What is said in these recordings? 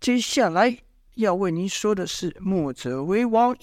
接下来要为您说的是墨者为王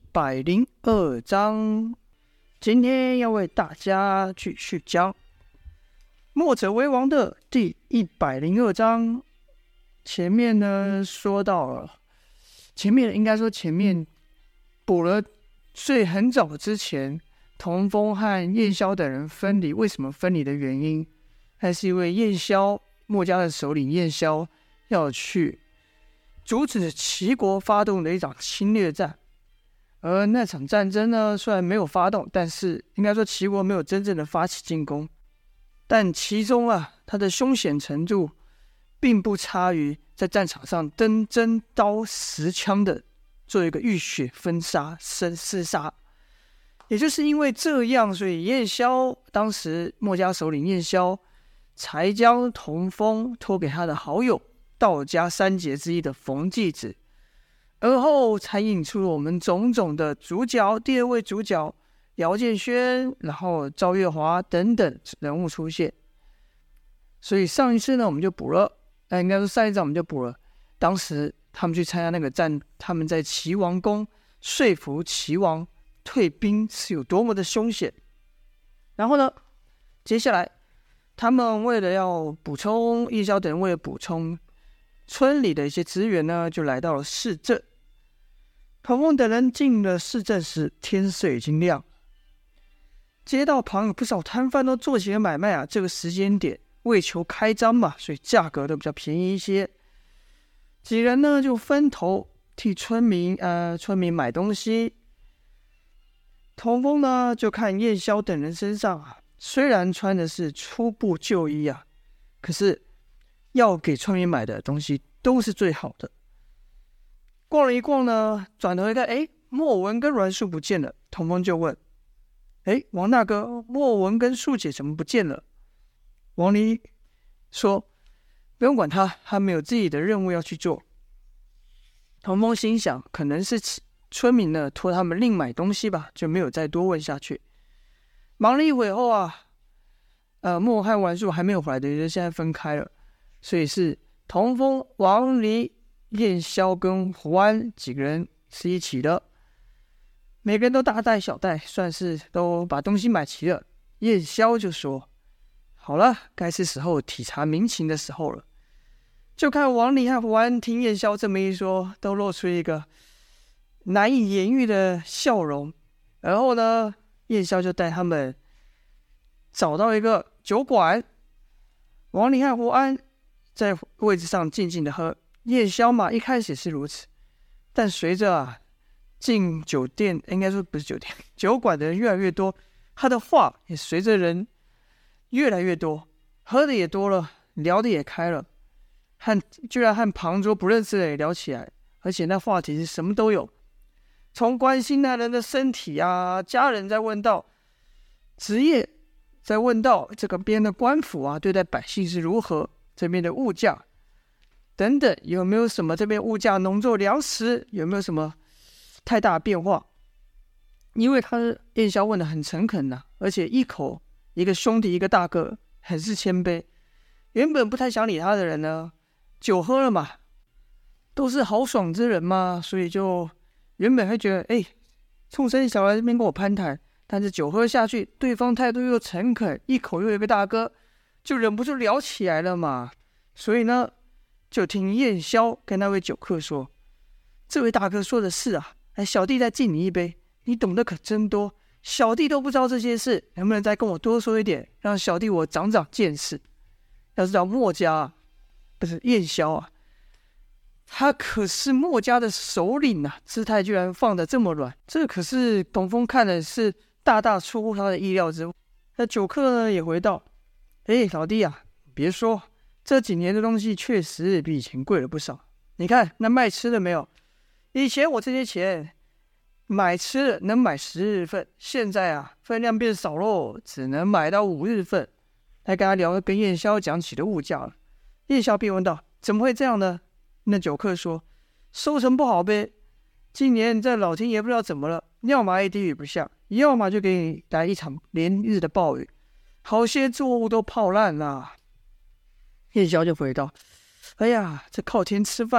102章。今天要为大家继续讲墨者为王的第102章。前面呢说到了，前面补了最很早之前童风和燕萧等人分离，为什么分离的原因，还是因为墨家的首领燕萧要去阻止齐国发动的一场侵略战。而那场战争呢，虽然没有发动，但是应该说齐国没有真正的发起进攻，但其中它的凶险程度并不差于在战场上真刀实枪的做一个浴血分杀厮杀。也就是因为这样，所以当时墨家首领燕萧才将童风托给他的好友道家三杰之一的冯继子，而后才引出了我们种种的主角，第二位主角姚建轩，然后赵月华等等人物出现。所以上一次呢我们就补了，应该说上一章我们就补了，当时他们去参加那个战，他们在齐王宫说服齐王退兵是有多么的凶险。然后呢，接下来他们为了要补充，叶萧等人为了补充村里的一些资源呢，就来到了市镇。童风等人进了市镇时，天色已经亮，街道旁有不少摊贩都做起了买卖这个时间点为求开张嘛，所以价格都比较便宜一些。几人呢就分头替村民买东西。童风呢就看燕萧等人身上虽然穿的是初步旧衣可是要给村民买的东西都是最好的。逛了一逛呢，转头一看，莫文跟栾树不见了。童风就问，王大哥，莫文跟树姐怎么不见了？王离说，不用管他，他们有自己的任务要去做。童风心想，可能是村民呢托他们另买东西吧，就没有再多问下去。忙了一会后莫和栾树还没有回来的，就现在分开了，所以是童风、王离、燕萧跟胡安几个人是一起的，每个人都大袋小袋，算是都把东西买齐了。燕萧就说，好了，该是时候体察民情的时候了。就看王离和胡安听燕萧这么一说，都露出一个难以言喻的笑容。然后呢，燕萧就带他们找到一个酒馆，王离和胡安在位置上静静的喝。燕萧嘛，一开始是如此，但随着进酒店，应该说不是酒店，酒馆的人越来越多，他的话也随着人越来越多，喝的也多了，聊的也开了，居然和旁桌不认识的也聊起来，而且那话题是什么都有，从关心那人的身体家人在问到职业，在问到这个边的官府对待百姓是如何，这边的物价等等，有没有什么这边物价农作粮食有没有什么太大的变化。因为燕萧问的很诚恳而且一个兄弟一个大哥，很是谦卑。原本不太想理他的人呢，酒喝了嘛，都是豪爽之人嘛，所以就原本会觉得畜生小来这边跟我攀谈，但是酒喝下去，对方态度又诚恳，一口又一个大哥，就忍不住聊起来了嘛。所以呢，就听燕萧跟那位酒客说，这位大哥说的是小弟再敬你一杯，你懂得可真多，小弟都不知道这些事，能不能再跟我多说一点，让小弟我长长见识。要知道墨家不是燕萧他可是墨家的首领姿态居然放得这么软，这可是童风看的是大大出乎他的意料之外。那酒客呢也回道，老弟别说，这几年的东西确实比以前贵了不少。你看那卖吃的没有，以前我这些钱买吃的能买10日份，现在分量变少咯，只能买到5日份。还跟他聊跟燕萧讲起的物价了。燕萧便问道，怎么会这样呢？那酒客说，收成不好呗，今年这老天爷不知道怎么了，要么一滴雨不下，要么就给你来一场连日的暴雨，好些作物都泡烂了。燕萧就回道，这靠天吃饭，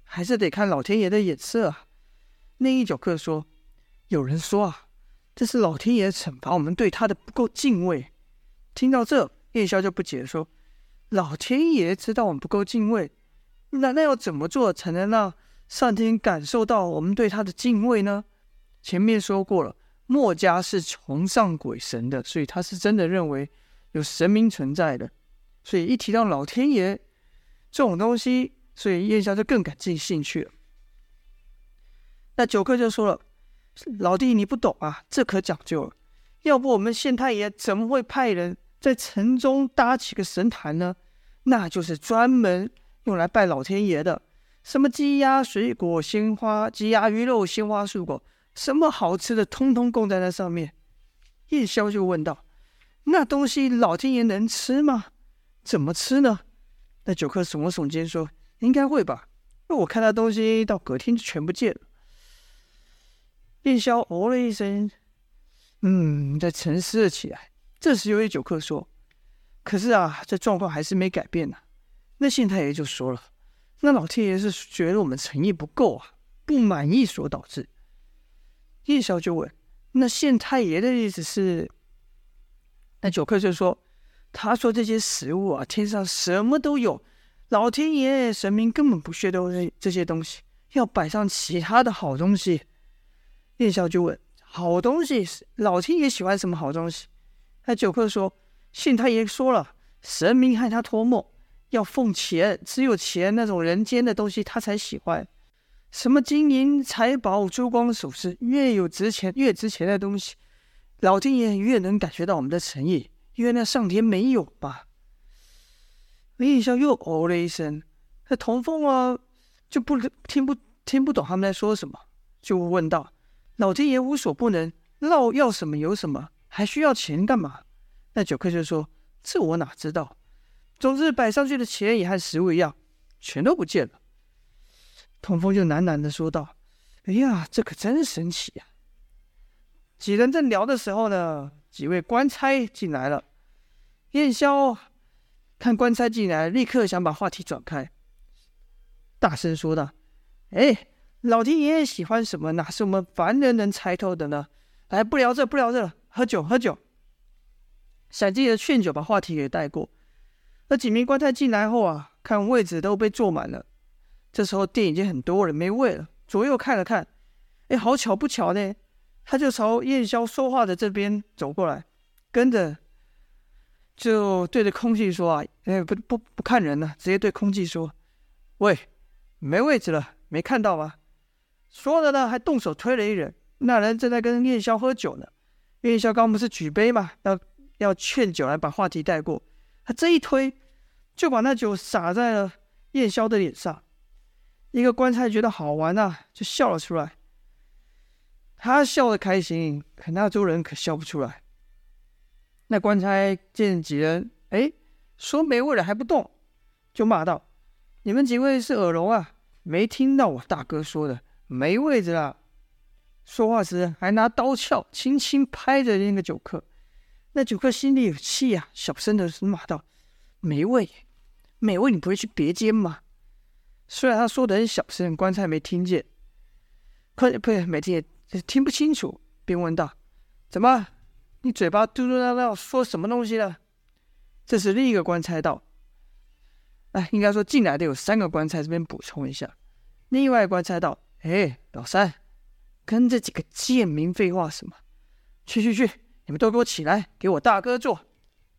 还是得看老天爷的眼色啊。另一酒客说，有人说啊，这是老天爷惩罚我们对他的不够敬畏。听到这，夜宵就不解说，老天爷知道我们不够敬畏，那要怎么做才能让上天感受到我们对他的敬畏呢？前面说过了，墨家是崇尚鬼神的，所以他是真的认为有神明存在的，所以一提到老天爷这种东西，所以夜宵就更感兴趣了。那酒客就说了，老弟你不懂啊，这可讲究了，要不我们县太爷怎么会派人在城中搭起个神坛呢？那就是专门用来拜老天爷的，什么鸡鸭水果鲜花，鸡鸭鱼肉鲜花素果，什么好吃的通通供在那上面。夜宵就问道，那东西老天爷能吃吗？怎么吃呢？那酒客耸了耸肩说，应该会吧，因为我看那东西到隔天就全不见了。夜宵哦了一声，再沉思了起来。这时有一酒客说，可是啊，这状况还是没改变啊。那县太爷就说了，那老天爷是觉得我们诚意不够啊，不满意所导致。夜宵就问，那县太爷的意思是？那酒客就说，他说这些食物啊，天上什么都有，老天爷神明根本不屑这些东西，要摆上其他的好东西。夜宵就问，好东西，老天爷喜欢什么好东西？那酒客说，县太爷说了，神明害他托梦，要奉钱，只有钱那种人间的东西他才喜欢，什么金银财宝珠光首饰，越值钱的东西，老天爷越能感觉到我们的诚意，因为那上天没有吧。夜宵又哦了一声，那童风啊就听不懂他们在说什么，就问道，老天爷无所不能，要什么有什么，还需要钱干嘛？那酒客就说，这我哪知道，总之摆上去的钱也和食物一样，全都不见了。童风就喃喃地说道，哎呀，这可真神奇呀。几人正聊的时候呢，几位官差进来了。夜宵看官差进来，立刻想把话题转开，大声说道，老天爷喜欢什么，哪是我们凡人能猜透的呢？来，不聊这了，喝酒。想借着劝酒把话题给带过。那几名官差进来后啊，看位置都被坐满了。这时候店已经很多人没位了，左右看了看，好巧不巧呢，他就朝夜宵说话的这边走过来，跟着就对着空气说啊，不看人了，直接对空气说，喂，没位置了，没看到吗？说着呢，还动手推了一人，那人正在跟夜宵喝酒呢。夜宵刚不是举杯嘛，要劝酒来把话题带过，他这一推，就把那酒洒在了夜宵的脸上。一个官差觉得好玩啊，就笑了出来。他笑得开心，可那桌人可笑不出来。那官差见几人说没位了还不动，就骂道，你们几位是耳聋啊，没听到我大哥说的没位置了。说话时还拿刀鞘轻轻拍着那个酒客。那酒客心里有气啊，小声的骂道，没位你不会去别间吗？虽然他说的很小声，官差没听见，没听见，听不清楚，便问道，怎么你嘴巴嘟嘟囔囔说什么东西了？这时另一个官差道，应该说进来的有3个官差，这边补充一下。另外官差道，老三，跟这几个贱民废话什么？去，你们都给我起来，给我大哥坐。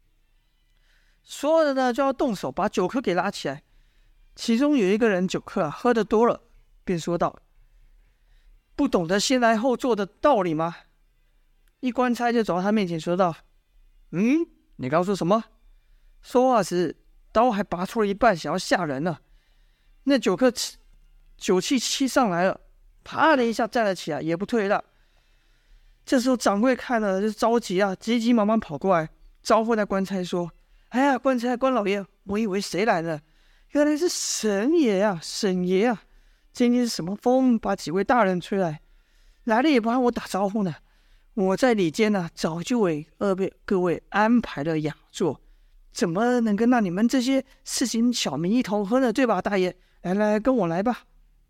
说着呢，就要动手把酒客给拉起来。其中有一个人酒客喝得多了，便说道，不懂得先来后坐的道理吗？一官差就走到他面前说道，你刚说什么？说话时刀还拔出了一半，想要吓人了。那酒客酒气上来了，啪的一下站了起来，也不退让。这时候掌柜看了就着急啊，急急忙忙跑过来招呼那官差说，官老爷，我以为谁来了，原来是沈爷啊，今天是什么风把几位大人吹来了也不和我打招呼呢？我在里间呢，早就为各位安排了雅座，怎么能跟那你们这些市井小民一同喝呢？对吧，大爷？来，跟我来吧。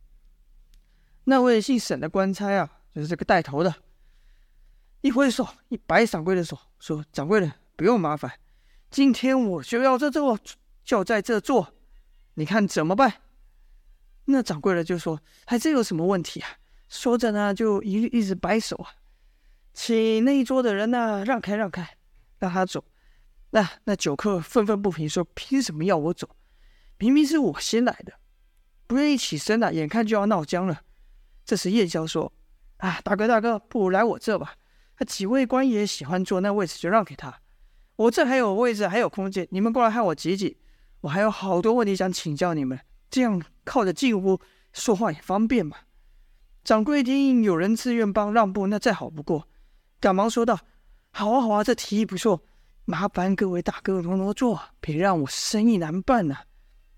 那位姓沈的官差啊，就是这个带头的，一挥手，一摆掌柜的手，说：“掌柜的，不用麻烦，今天我就要就在这做，你看怎么办？”那掌柜的就说：“这有什么问题啊？”说着呢，就一直摆手啊，请那一桌的人呢让开，让他走。那酒客愤愤不平，说：“凭什么要我走？明明是我先来的。”不愿意起身眼看就要闹僵了。这时燕萧说：“大哥，不如来我这吧。几位官爷喜欢坐那位置就让给他，我这还有位置，还有空间，你们过来和我挤挤。我还有好多问题想请教你们，这样靠着近乎，说话也方便嘛。”掌柜听有人自愿帮让步，那再好不过，赶忙说道：“好啊，这提议不错，麻烦各位大哥挪坐，别让我生意难办啊。”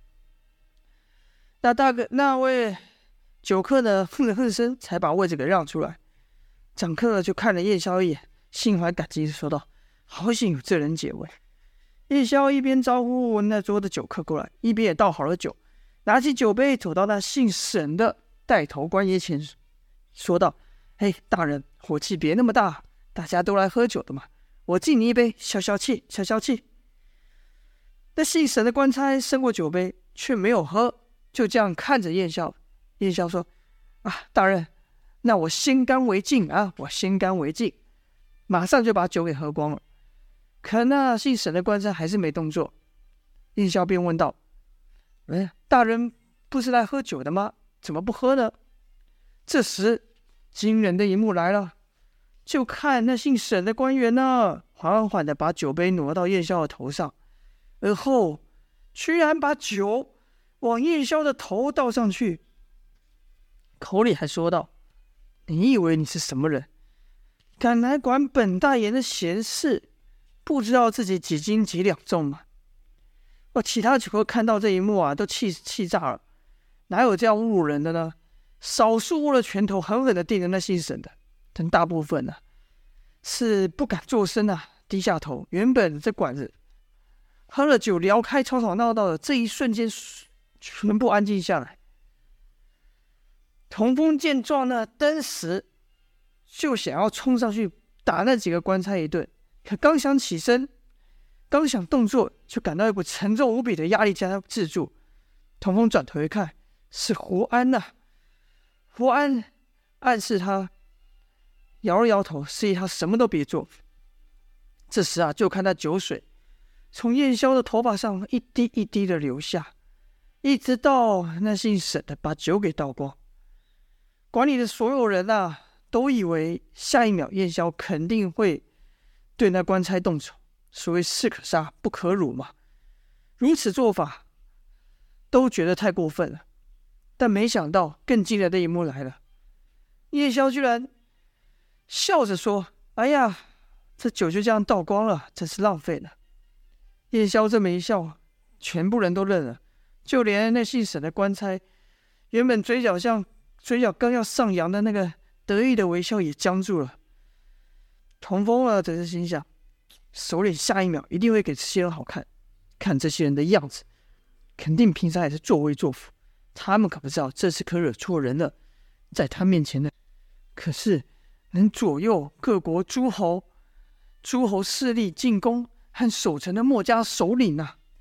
那位酒客呢，哼了哼声，才把位置给让出来。掌客就看了燕萧一眼，心怀感激，说道：“好险有这人解围。”燕萧一边招呼那桌的酒客过来，一边也倒好了酒，拿起酒杯走到那姓沈的带头官爷前，说道：“大人，火气别那么大，大家都来喝酒的嘛，我敬你一杯，消消气。”那姓沈的官差伸过酒杯，却没有喝，就这样看着燕萧。燕萧说：“大人，那我先干为敬啊，马上就把酒给喝光了。”可那姓沈的官差还是没动作。燕萧便问道：“大人不是来喝酒的吗？怎么不喝呢？”这时惊人的一幕来了，就看那姓沈的官员呢，缓缓的把酒杯挪到燕萧的头上，而后居然把酒往燕萧的头倒上去，口里还说道：“你以为你是什么人，敢来管本大爷的闲事，不知道自己几斤几两重吗？”其他酒客看到这一幕都气炸了，哪有这样侮辱人的呢？少数握了拳头狠狠的盯着那姓沈的，但大部分是不敢作声低下头。原本这馆子喝了酒聊开吵吵闹闹的，这一瞬间全部安静下来。童风见状呢，当时就想要冲上去打那几个官差一顿，可刚想起身，刚想动作，就感到一股沉重无比的压力将他制住。童风转头一看，是胡安胡安暗示他，摇了摇头，示意他什么都别做。这时就看他酒水从燕萧的头发上一滴一滴的流下，一直到那姓沈的把酒给倒光。馆里的所有人都以为下一秒燕萧肯定会对那官差动手，所谓士可杀不可辱嘛，如此做法都觉得太过分了。但没想到更惊人的一幕来了，燕萧居然笑着说：“哎呀，这酒就这样倒光了，真是浪费了。”燕萧这么一笑，全部人都愣了，就连那姓沈的官差，原本嘴角刚要上扬的那个得意的微笑也僵住了。童风则是心想，首领下一秒一定会给这些人好看，看这些人的样子，肯定平常也是作威作福，他们可不知道这次可惹错人了。在他面前的可是能左右各国诸侯势力进攻和守城的墨家首领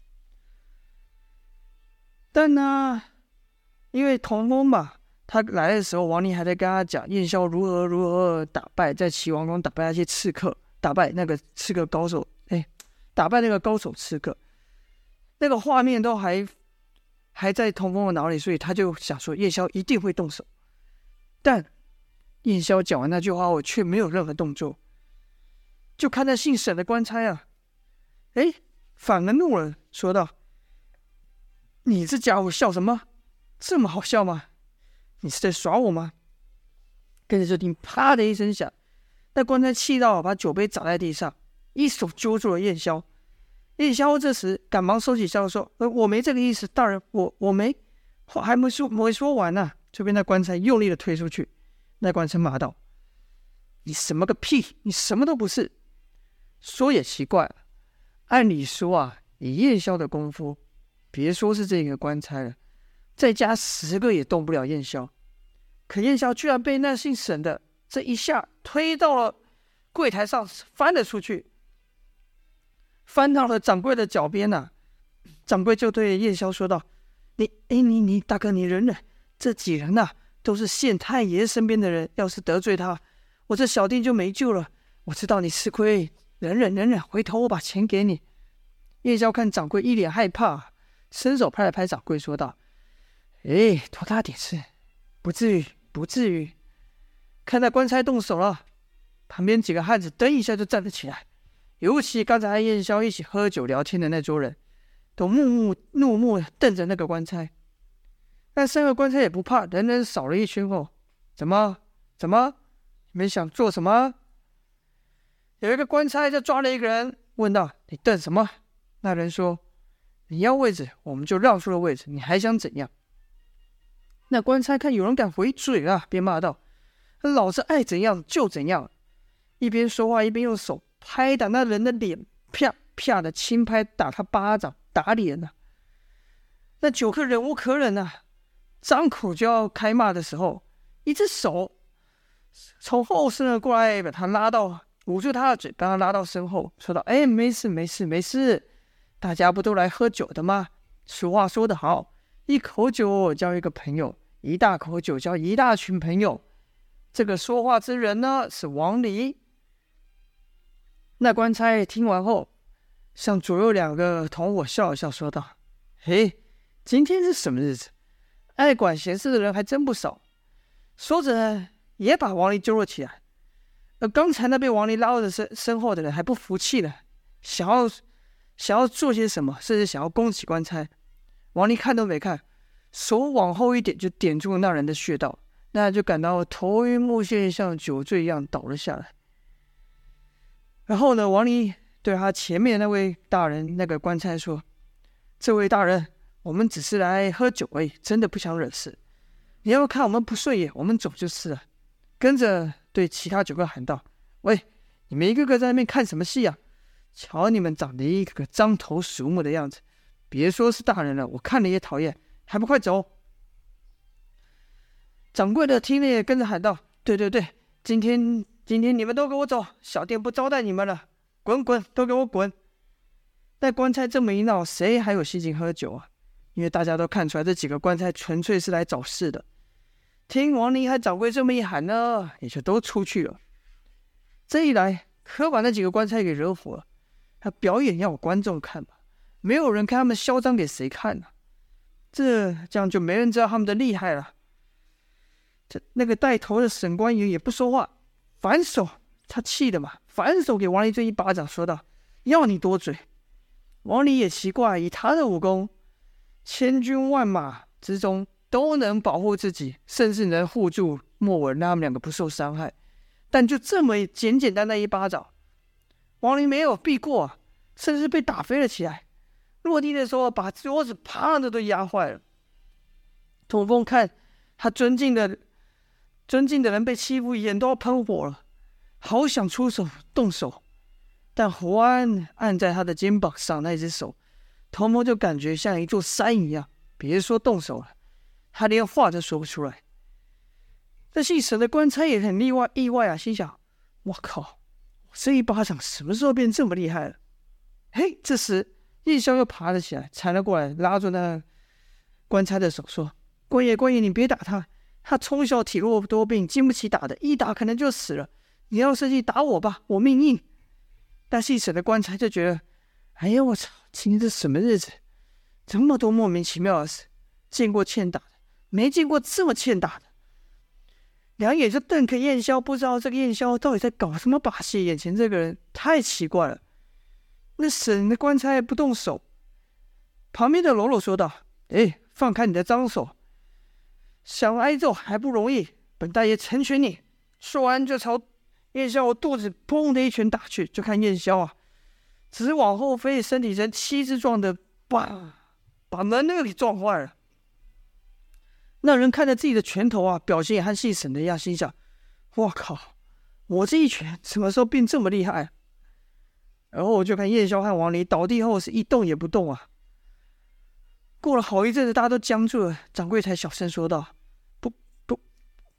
但因为童风他来的时候，王林还在跟他讲燕萧如何打败，在齐王宫打败那些刺客，打败那个刺客高手，打败那个高手刺客，那个画面都还在童风的脑里，所以他就想说燕萧一定会动手。但燕萧讲完那句话后，却没有任何动作，就看那姓沈的官差反而怒了，说道：“你这家伙笑什么？这么好笑吗？你是在耍我吗？”跟着就听啪的一声响，那官差气到把酒杯砸在地上，一手揪住了燕萧。燕萧这时赶忙收起笑说：“我没这个意思，大人，我没，话还没说完呢。”就被那官差用力的推出去。那官差骂道：“你什么个屁！你什么都不是。”说也奇怪，按理说以燕萧的功夫，别说是这个官差了，再加10个也动不了燕萧。 可燕霄居然被那姓沈的这一下推到了柜台上，翻了出去，翻到了掌柜的脚边啊。掌柜就对燕霄说道：“你大哥，你忍忍，这几人啊都是县太爷身边的人，要是得罪他，我这小弟就没救了。我知道你吃亏，忍忍，回头我把钱给你。”燕霄看掌柜一脸害怕，伸手拍了拍掌柜，说道：“多大点事，不至于。”看那官差动手了，旁边几个汉子噔一下就站了起来，尤其刚才和燕霄一起喝酒聊天的那桌人，都怒目瞪着那个官差。那三个官差也不怕，人人扫了一圈后，怎么？你们想做什么？有一个官差就抓了一个人，问道：“你瞪什么？”那人说：“你要位置，我们就让出了位置，你还想怎样？”那官差看有人敢回嘴啊，便骂道：“老子爱怎样就怎样！”一边说话一边用手拍打那人的脸，啪啪的轻拍，打他巴掌，打脸啊。那酒客忍无可忍啊，张口就要开骂的时候，一只手从后伸了过来，把他拉到，捂住他的嘴，把他拉到身后，说道：“没事，大家不都来喝酒的吗？俗话说得好，一口酒交一个朋友，一大口酒交一大群朋友。这个说话之人呢，是王离。”那官差听完后，向左右两个同伙笑了笑，说道：“今天是什么日子？爱管闲事的人还真不少。”说着也把王离揪了起来。而刚才那被王离拉到身后的人还不服气了，想要做些什么，甚至想要攻击官差。王离看都没看，手往后一点就点住了那人的穴道，那人就感到头晕目眩，像酒醉一样倒了下来。然后呢，王离对他前面那位大人那个官差说：“这位大人，我们只是来喝酒而已，真的不想惹事。你要看我们不顺眼，我们走就是了。”跟着对其他酒客喊道：“喂，你们一个个在那边看什么戏啊？瞧你们长得一个个獐头鼠目的样子，别说是大人了，我看了也讨厌，还不快走！”掌柜的听了也跟着喊道：“对，今天你们都给我走，小店不招待你们了，滚，都给我滚！”但官差这么一闹，谁还有心情喝酒啊？因为大家都看出来这几个官差纯粹是来找事的。听王离和掌柜这么一喊呢，也就都出去了。这一来，可把那几个官差给惹火了。他表演要有观众看吧，没有人看他们嚣张给谁看呢？这样就没人知道他们的厉害了。那个带头的沈官员也不说话，反手，他气的嘛，反手给王离这一巴掌，说道：“要你多嘴！”王离也奇怪，以他的武功，千军万马之中都能保护自己，甚至能护住莫文，让他们两个不受伤害。但就这么简单的一巴掌，王离没有避过啊，甚至被打飞了起来。落地的时候，把桌子啪的都压坏了。童风看他尊敬的人被欺负，眼都要喷火了，好想出手动手，但胡安按在他的肩膀上那只手，童风就感觉像一座山一样，别说动手了，他连话都说不出来。这姓沈的官差也很意外啊，心想：我靠，我这一巴掌什么时候变这么厉害了？这时叶宵又爬了起来，缠了过来，拉住那官差的手，说：“官爷，你别打他，他从小体弱多病，经不起打的，一打可能就死了。你要生气打我吧，我命硬。”但姓沈的官差就觉得：哎呀，我操，今天这什么日子？这么多莫名其妙的事，见过欠打的，没见过这么欠打的。两眼就瞪着燕宵，不知道这个燕宵到底在搞什么把戏。眼前这个人太奇怪了。那沈的官差不动手，旁边的喽啰说道：“放开你的脏手，想挨揍还不容易，本大爷成全你。”说完就朝燕宵肚子砰的一拳打去。就看燕宵啊，直往后飞，身体呈七字状的把门那个给撞坏了。那人看着自己的拳头啊，表情也和姓沈的一样，心想：我靠，我这一拳什么时候变这么厉害啊？然后我就看燕宵和王离倒地后是一动也不动啊。过了好一阵子，大家都僵住了，掌柜才小声说道：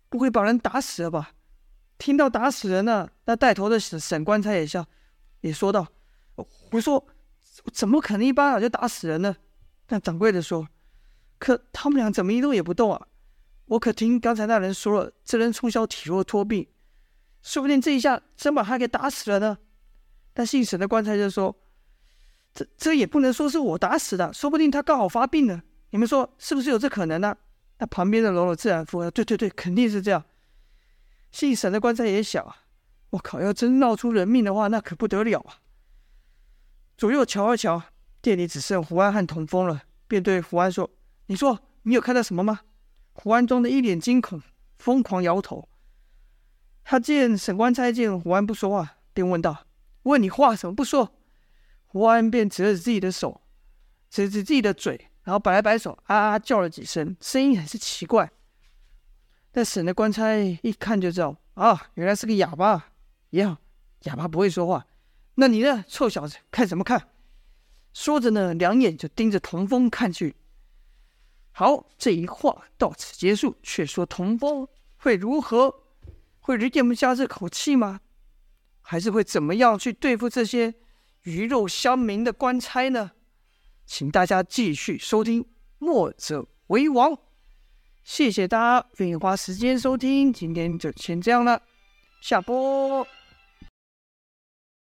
不会把人打死了吧？听到打死人了，那带头的沈官差也说道：“胡说，怎么可能一巴掌就打死人呢？”但掌柜的说：“可他们俩怎么一动也不动啊？我可听刚才那人说了，这人从小体弱多病，说不定这一下真把他给打死了呢。”但姓沈的官差就说：“这也不能说是我打死的，说不定他刚好发病了。你们说是不是有这可能呢？”那旁边的喽啰自然附和：“对，肯定是这样。”姓沈的官差也想啊，我靠，要真闹出人命的话，那可不得了啊！左右瞧了瞧，店里只剩胡安和童风了，便对胡安说：“你说你有看到什么吗？”胡安装的一脸惊恐，疯狂摇头。他见沈官差见胡安不说话，便问道：“问你话怎么不说？”胡安便指了指自己的手，指自己的嘴，然后摆了摆手，啊啊叫了几声，声音很是奇怪。但沈的官差一看就知道啊，原来是个哑巴。也好，哑巴不会说话。那你呢，臭小子，看什么看？说着呢，两眼就盯着童风看去。好，这一话到此结束。却说童风会如何？会咽不下这口气吗？还是会怎么样去对付这些鱼肉乡民的官差呢？请大家继续收听《墨者为王》。谢谢大家愿意花时间收听，今天就先这样了，下播。